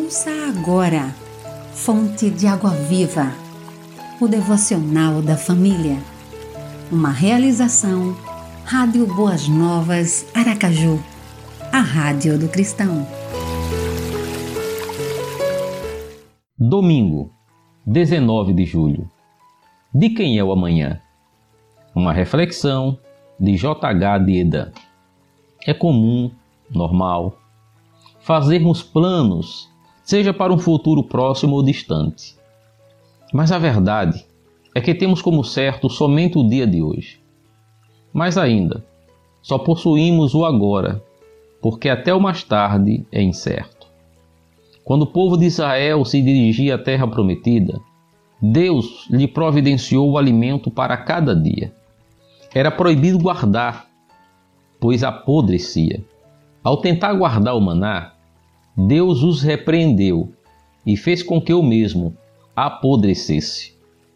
Ouça agora, Fonte de Água Viva, o devocional da família. Uma realização, Rádio Boas Novas, Aracaju, a rádio do cristão. Domingo, 19 de julho. De quem é o amanhã? Uma reflexão de J.H. Deda. É comum, normal, fazermos planos, seja para um futuro próximo ou distante. Mas a verdade é que temos como certo somente o dia de hoje. Mais ainda, só possuímos o agora, porque até o mais tarde é incerto. Quando o povo de Israel se dirigia à terra prometida, Deus lhe providenciou o alimento para cada dia. Era proibido guardar, pois apodrecia. Ao tentar guardar o maná, Deus os repreendeu e fez com que o mesmo apodrecesse.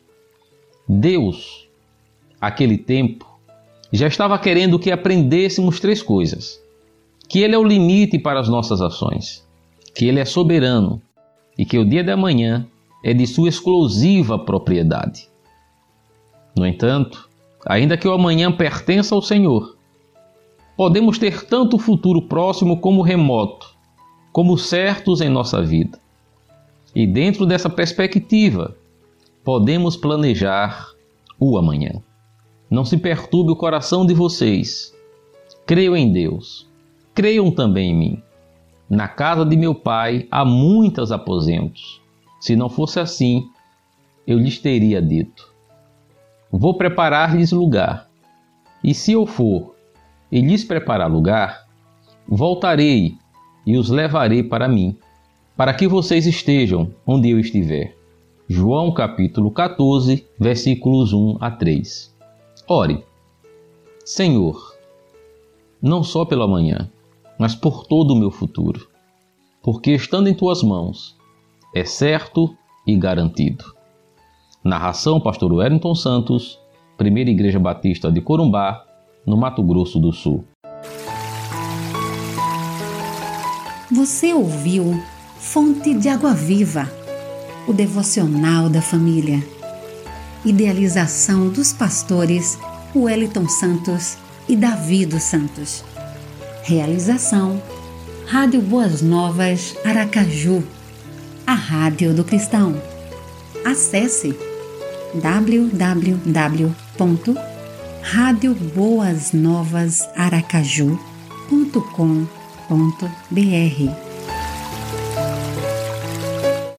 Deus, àquele tempo, já estava querendo que aprendêssemos 3 coisas: que Ele é o limite para as nossas ações, que Ele é soberano e que o dia de amanhã é de sua exclusiva propriedade. No entanto, ainda que o amanhã pertença ao Senhor, podemos ter tanto o futuro próximo como remoto, como certos em nossa vida. E dentro dessa perspectiva, podemos planejar o amanhã. Não se perturbe o coração de vocês. Creio em Deus. Creiam também em mim. Na casa de meu pai há muitos aposentos. Se não fosse assim, eu lhes teria dito: vou preparar-lhes lugar. E se eu for e lhes preparar lugar, voltarei e os levarei para mim, para que vocês estejam onde eu estiver. João capítulo 14, versículos 1 a 3. Ore. Senhor, não só pelo amanhã, mas por todo o meu futuro, porque estando em tuas mãos, é certo e garantido. Narração Pastor Wellington Santos, Primeira Igreja Batista de Corumbá, no Mato Grosso do Sul. Você ouviu Fonte de Água Viva, o devocional da família. Idealização dos pastores Wellington Santos e Davi dos Santos. Realização, Rádio Boas Novas, Aracaju, a rádio do cristão. Acesse www.radioboasnovasaracaju.com.br